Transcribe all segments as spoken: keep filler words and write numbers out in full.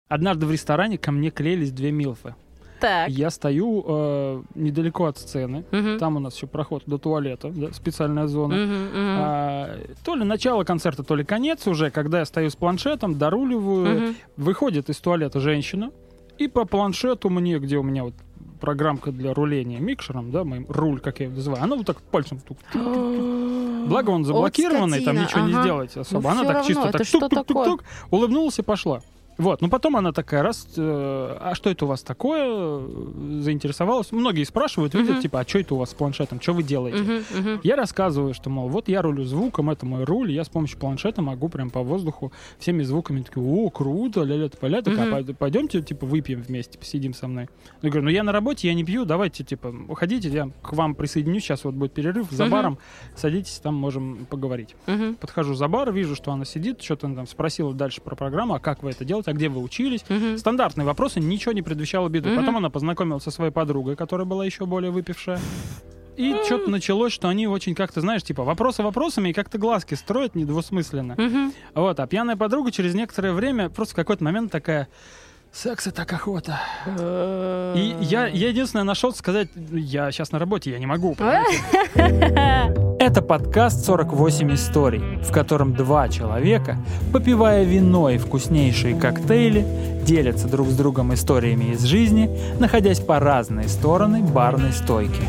Однажды в ресторане ко мне клеились две милфы. Так. Я стою э, недалеко от сцены. Угу. Там у нас еще проход до туалета, да, специальная зона. Угу, угу. А, то ли начало концерта, то ли конец уже, когда я стою с планшетом, доруливаю. Угу. Выходит из туалета женщина, и по планшету мне, где у меня вот программка для руления микшером, да, моим руль, как я его называю, она вот так пальцем тук. Благо он заблокированный, там ничего не сделать особо. Она так чисто так тук-тук-тук-тук, улыбнулась и пошла. Вот, ну потом она такая, раз, э, а что это у вас такое? Заинтересовалась. Многие спрашивают, видят, uh-huh. типа, а что это у вас с планшетом, что вы делаете? Uh-huh, uh-huh. Я рассказываю, что, мол, вот я рулю звуком, это мой руль, я с помощью планшета могу прям по воздуху всеми звуками, такие, о, круто, ля-ля-тополя, такая, uh-huh. пойдемте, типа, выпьем вместе, посидим со мной. Я говорю, ну я на работе, я не пью, давайте, типа, уходите, я к вам присоединюсь, сейчас вот будет перерыв, за uh-huh. баром, садитесь, там можем поговорить. Uh-huh. Подхожу за бар, вижу, что она сидит, что-то она там спросила дальше про программу, а как вы это делаете, а где вы учились? Uh-huh. Стандартные вопросы, ничего не предвещало беду. Uh-huh. Потом она познакомилась со своей подругой, которая была еще более выпившая. И uh-huh. что-то началось, что они очень как-то, знаешь, типа вопросы вопросами и как-то глазки строят недвусмысленно. Uh-huh. Вот, а пьяная подруга через некоторое время просто в какой-то момент такая: секса так охота. Uh-huh. И я, я единственное нашел сказать: я сейчас на работе, я не могу. Это подкаст сорок восемь историй, в котором два человека, попивая вино и вкуснейшие коктейли, делятся друг с другом историями из жизни, находясь по разные стороны барной стойки.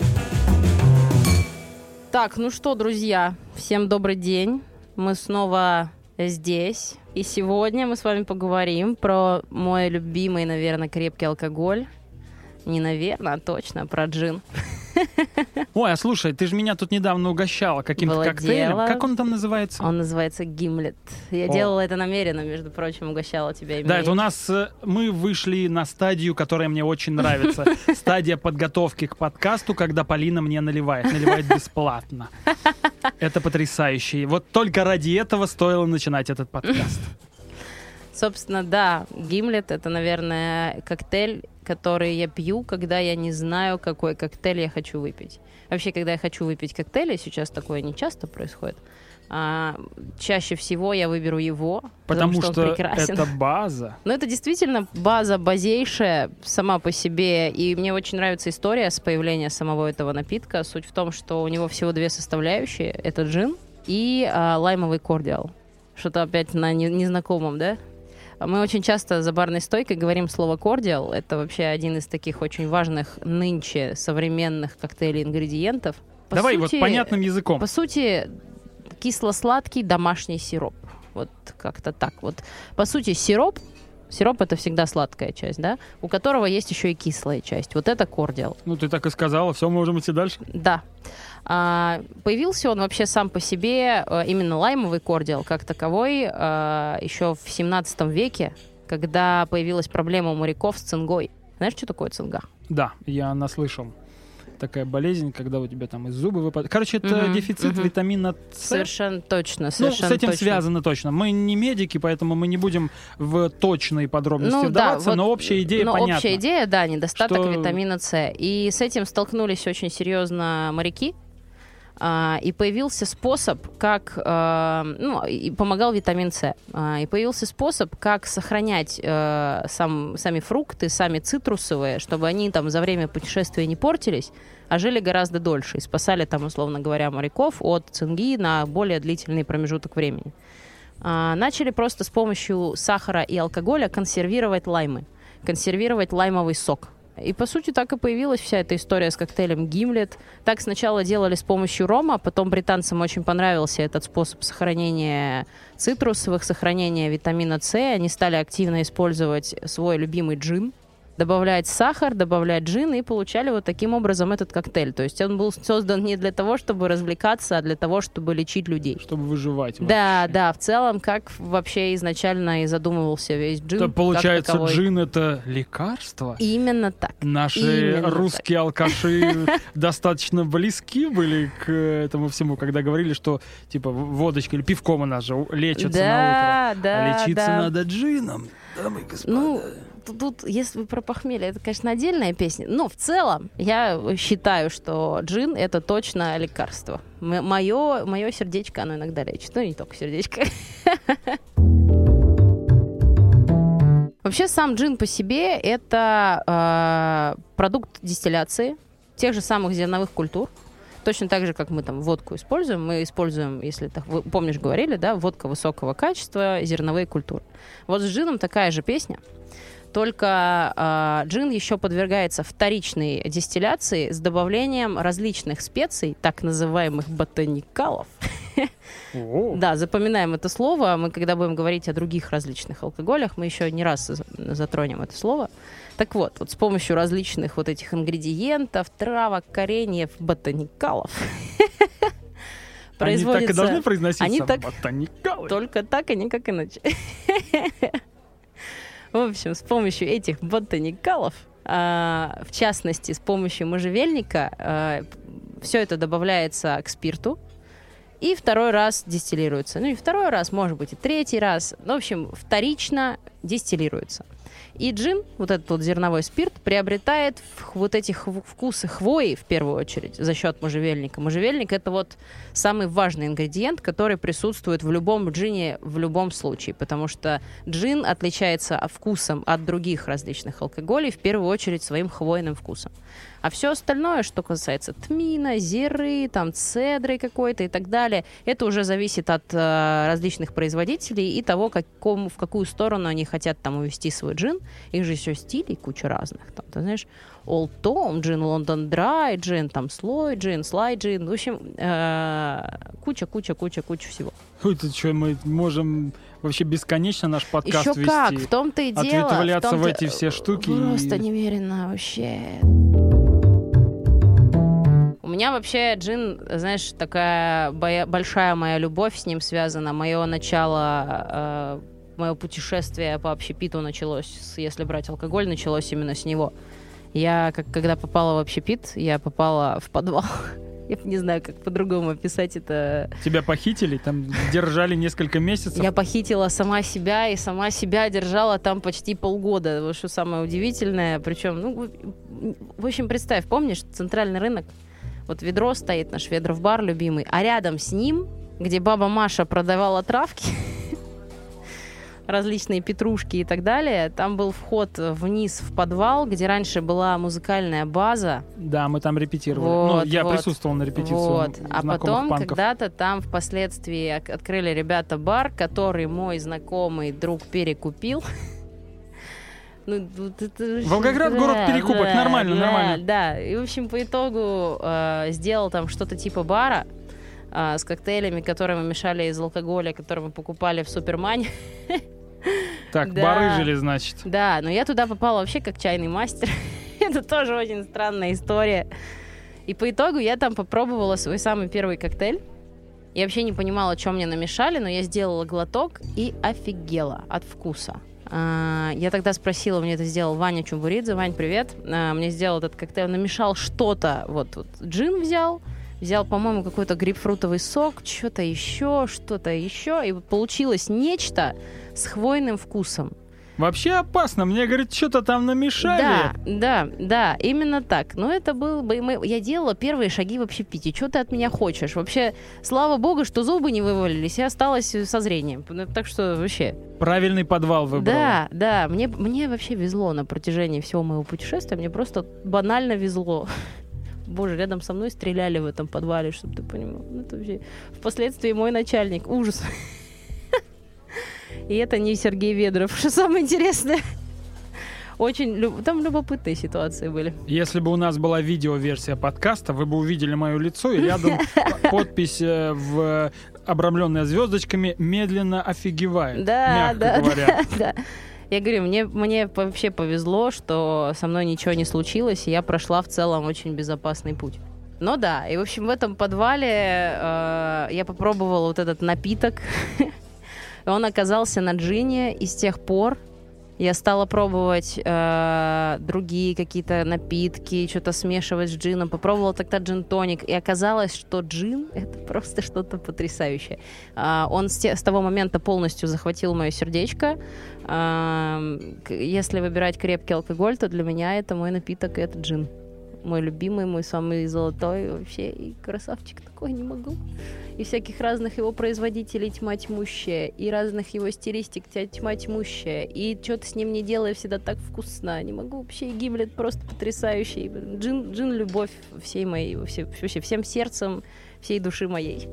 Так, ну что, друзья, всем добрый день. Мы снова здесь. И сегодня мы с вами поговорим про мой любимый, наверное, крепкий алкоголь. Не наверное, а точно, про джин. Ой, а слушай, ты же меня тут недавно угощала каким-то Было коктейлем. дело. Как он там называется? Он называется Гимлет. Я О. делала это намеренно, между прочим, угощала тебя именно. Да, это у нас э, мы вышли на стадию, которая мне очень нравится. Стадия подготовки к подкасту, когда Полина мне наливает. Наливает бесплатно. Это потрясающе. Вот только ради этого стоило начинать этот подкаст. Собственно, да, Гимлет — это, наверное, коктейль, который я пью, когда я не знаю, какой коктейль я хочу выпить. Вообще, когда я хочу выпить коктейли, сейчас такое не часто происходит, а, чаще всего я выберу его, потому, потому что, что он прекрасен. Это база. Но это действительно база базейшая сама по себе, и мне очень нравится история с появления самого этого напитка. Суть в том, что у него всего две составляющие. Это джин и а, лаймовый кордиал. Что-то опять на не- незнакомом, да? Мы очень часто за барной стойкой говорим слово «кордиал». Это вообще один из таких очень важных нынче современных коктейлей-ингредиентов. По Давай сути, вот понятным языком. По сути, кисло-сладкий домашний сироп. Вот как-то так. Вот. По сути, сироп, сироп — это всегда сладкая часть, да? У которого есть еще и кислая часть. Вот это кордиал. Ну, ты так и сказала. Все, можем идти дальше? Да. А, появился он вообще сам по себе, именно лаймовый кордиал как таковой, а, еще в семнадцатом веке, когда появилась проблема у моряков с цингой. Знаешь, что такое цинга? Да, я наслышал. Такая болезнь, когда у тебя там из зуба выпадает. Короче, это uh-huh, дефицит uh-huh. витамина С. Совершенно точно. Совершенно ну, с этим точно. связано точно. Мы не медики, поэтому мы не будем в точные подробности ну, вдаваться, да, вот, но общая идея но понятна. Общая идея, да, недостаток что... витамина С. И с этим столкнулись очень серьезно моряки. Uh, и появился способ, как... Uh, ну, и помогал витамин С. Uh, и появился способ, как сохранять uh, сам, сами фрукты, сами цитрусовые, чтобы они там за время путешествия не портились, а жили гораздо дольше. И спасали там, условно говоря, моряков от цинги на более длительный промежуток времени. Uh, начали просто с помощью сахара и алкоголя консервировать лаймы. Консервировать лаймовый сок. И, по сути, так и появилась вся эта история с коктейлем Гимлет. Так сначала делали с помощью рома, потом британцам очень понравился этот способ сохранения цитрусовых, сохранения витамина С. Они стали активно использовать свой любимый джин, добавлять сахар, добавлять джин, и получали вот таким образом этот коктейль. То есть он был создан не для того, чтобы развлекаться, а для того, чтобы лечить людей. Чтобы выживать. Да, вообще. да, в целом, как вообще изначально и задумывался весь джин. То получается, джин — это лекарство? Именно так. Наши Именно русские так. алкаши достаточно близки были к этому всему, когда говорили, что типа водочка или пивком у нас же лечатся на утро. Да, А лечиться да. надо джином, дамы и господа. Ну, тут, если про похмелье, это, конечно, отдельная песня. Но в целом я считаю, что джин — это точно лекарство. М- мое, мое сердечко, оно иногда лечит. Ну, не только сердечко. Вообще сам джин по себе это э, продукт дистилляции тех же самых зерновых культур. Точно так же, как мы там водку используем. Мы используем, если так, вы, помнишь, говорили, да, водка высокого качества, зерновые культуры. Вот с джином такая же песня. Только э, джин еще подвергается вторичной дистилляции с добавлением различных специй, так называемых ботаникалов. Да, запоминаем это слово. Мы, когда будем говорить о других различных алкоголях, мы еще не раз затронем это слово. Так вот, вот с помощью различных вот этих ингредиентов, травок, кореньев, ботаникалов производится... Они так и должны произноситься? Они так... Ботаникалы. Только так, а никак иначе. В общем, с помощью этих ботаникалов, в частности, с помощью можжевельника, все это добавляется к спирту, и второй раз дистиллируется. Ну и второй раз, может быть, и третий раз. Ну, в общем, вторично дистиллируется. И джин, вот этот вот зерновой спирт, приобретает вот эти вкусы хвои, в первую очередь, за счет можжевельника. Можжевельник — это вот самый важный ингредиент, который присутствует в любом джине в любом случае, потому что джин отличается вкусом от других различных алкоголей, в первую очередь, своим хвойным вкусом. А все остальное, что касается тмина, зиры, там, цедры какой-то и так далее, это уже зависит от э, различных производителей и того, какому, в какую сторону они хотят там увести свой джин. Их же еще стилей куча разных. Там, ты знаешь, Old Tom, джин London Dry, джин, там, слой джин, слай джин. В общем, куча-куча-куча-куча всего. Ой, ты что, мы можем вообще бесконечно наш подкаст еще вести. Как, в том-то и дело. Ответвляться в, в эти все штуки. Просто и... неверенно вообще. У меня вообще джин, знаешь, такая боя- большая моя любовь с ним связана. Мое начало, э, мое путешествие по общепиту началось, с, если брать алкоголь, началось именно с него. Я, как, когда попала в общепит, я попала в подвал. Я не знаю, как по-другому описать это. Тебя похитили? Там держали несколько месяцев? Я похитила сама себя, и сама себя держала там почти полгода. Вот что самое удивительное. Причем, ну, в общем, представь, помнишь, центральный рынок? Вот ведро стоит, наш Ведров-бар любимый, а рядом с ним, где баба Маша продавала травки, различные петрушки и так далее, там был вход вниз в подвал, где раньше была музыкальная база. Да, мы там репетировали. Вот, ну, я вот, присутствовал на репетиции. Вот. А потом панков. Когда-то там впоследствии открыли ребята бар, который мой знакомый друг перекупил. Ну, Волгоград, да, город перекупок, да, нормально, да, нормально. Да, и, в общем, по итогу э, сделал там что-то типа бара э, с коктейлями, которые мы мешали из алкоголя, который мы покупали в Супермане. Так, да. барыжили, значит. Да, но я туда попала вообще как чайный мастер. Это тоже очень странная история. И по итогу я там попробовала свой самый первый коктейль. Я вообще не понимала, что мне намешали, но я сделала глоток и офигела от вкуса. Я тогда спросила, мне это сделал Ваня Чумбуридзе. Вань, привет. Мне сделал этот коктейль, намешал что-то. Вот, вот джин взял, взял, по-моему, какой-то грейпфрутовый сок, что-то еще, что-то еще. И получилось нечто с хвойным вкусом. Вообще опасно. Мне, говорит, что-то там намешали. Да, да, да, именно так. Но это был бы... Я делала первые шаги в общепите. Что ты от меня хочешь? Вообще, слава богу, что зубы не вывалились, и осталось со зрением. Так что вообще... Правильный подвал выбрал. Да, да. Мне, мне вообще везло на протяжении всего моего путешествия. Мне просто банально везло. Боже, рядом со мной стреляли в этом подвале, чтобы ты понимал. Это вообще... Впоследствии мой начальник. Ужас. И это не Сергей Ведров, что самое интересное. Очень люб... Там любопытные ситуации были. Если бы у нас была видеоверсия подкаста, вы бы увидели мое лицо, и рядом подпись в обрамленная звездочками «Медленно офигевает», да, мягко да, говоря. Да, да. Я говорю, мне, мне вообще повезло, что со мной ничего не случилось, и я прошла в целом очень безопасный путь. Ну да, и в общем в этом подвале э, я попробовала вот этот напиток. Он оказался на джине, и с тех пор я стала пробовать э, другие какие-то напитки, что-то смешивать с джином. Попробовала тогда джин-тоник, и оказалось, что джин — это просто что-то потрясающее. Э, он с, те, с того момента полностью захватил мое сердечко. Э, если выбирать крепкий алкоголь, то для меня это мой напиток, и это джин. мой любимый, мой самый золотой вообще, и красавчик такой, не могу. И всяких разных его производителей тьма тьмущая, и разных его стилистик тьма тьмущая, и что ты с ним не делай, всегда так вкусно, не могу вообще, и Гимлет просто потрясающий, Джин, Джин любовь всей моей, вообще, вообще всем сердцем, всей души моей.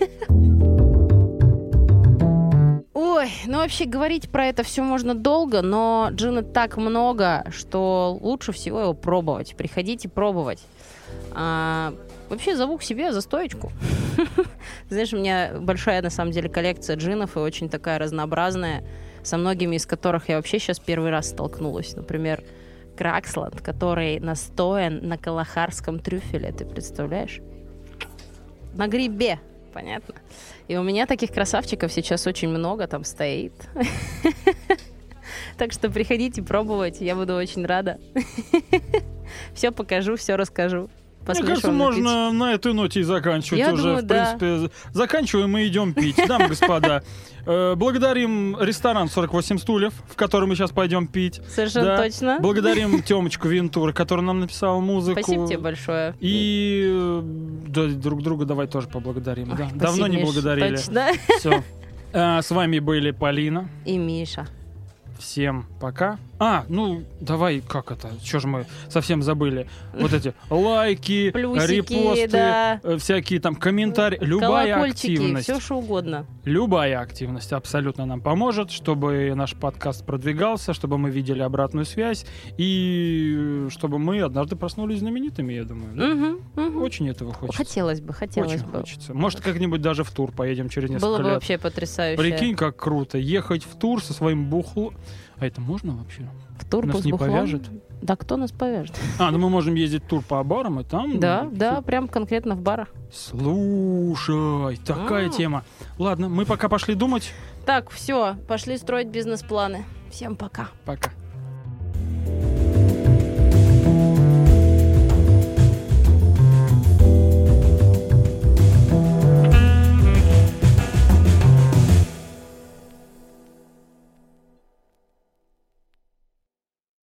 Ой, ну вообще говорить про это все можно долго, но джина так много, что лучше всего его пробовать. Приходите пробовать. А, вообще зову к себе за стоечку. Знаешь, у меня большая на самом деле коллекция джинов и очень такая разнообразная, со многими из которых я вообще сейчас первый раз столкнулась. Например, Краксланд, который настоян на калахарском трюфеле, ты представляешь? На грибе. Понятно. И у меня таких красавчиков сейчас очень много там стоит. Так что приходите пробовать, я буду очень рада. Все покажу, все расскажу. Мне кажется, можно на этой ноте и заканчивать я уже. Думаю, в да. принципе, заканчиваем и идем пить. Дамы и господа, благодарим ресторан сорок восемь стульев, в который мы сейчас пойдем пить. Совершенно да. точно. Благодарим Тёмочку Вентура, который нам написал музыку. Спасибо тебе большое. И да, друг друга давай тоже поблагодарим. Ой, да. спасибо, Давно не Миш, благодарили. Точно. Все. А, с вами были Полина. И Миша. Всем пока. А, ну, давай, как это? Чё же мы совсем забыли? Вот эти лайки, плюсики, репосты, да. э, всякие там комментарии. Любая колокольчики, активность. все что угодно. Любая активность абсолютно нам поможет, чтобы наш подкаст продвигался, чтобы мы видели обратную связь и чтобы мы однажды проснулись знаменитыми, я думаю. Да? Угу, угу. Очень этого хочется. Хотелось бы, хотелось Очень бы. хочется. Может, как-нибудь даже в тур поедем через несколько Было бы лет. вообще потрясающе. Прикинь, как круто. Ехать в тур со своим бухлом. А это можно вообще? В тур Нас с не бухлом? повяжет? Да кто нас повяжет? А, ну мы можем ездить в тур по барам, и там... Да, ну, да, всё. прям конкретно в барах. Слушай, такая А. тема. Ладно, мы пока пошли думать. Так, все, пошли строить бизнес-планы. Всем пока. Пока.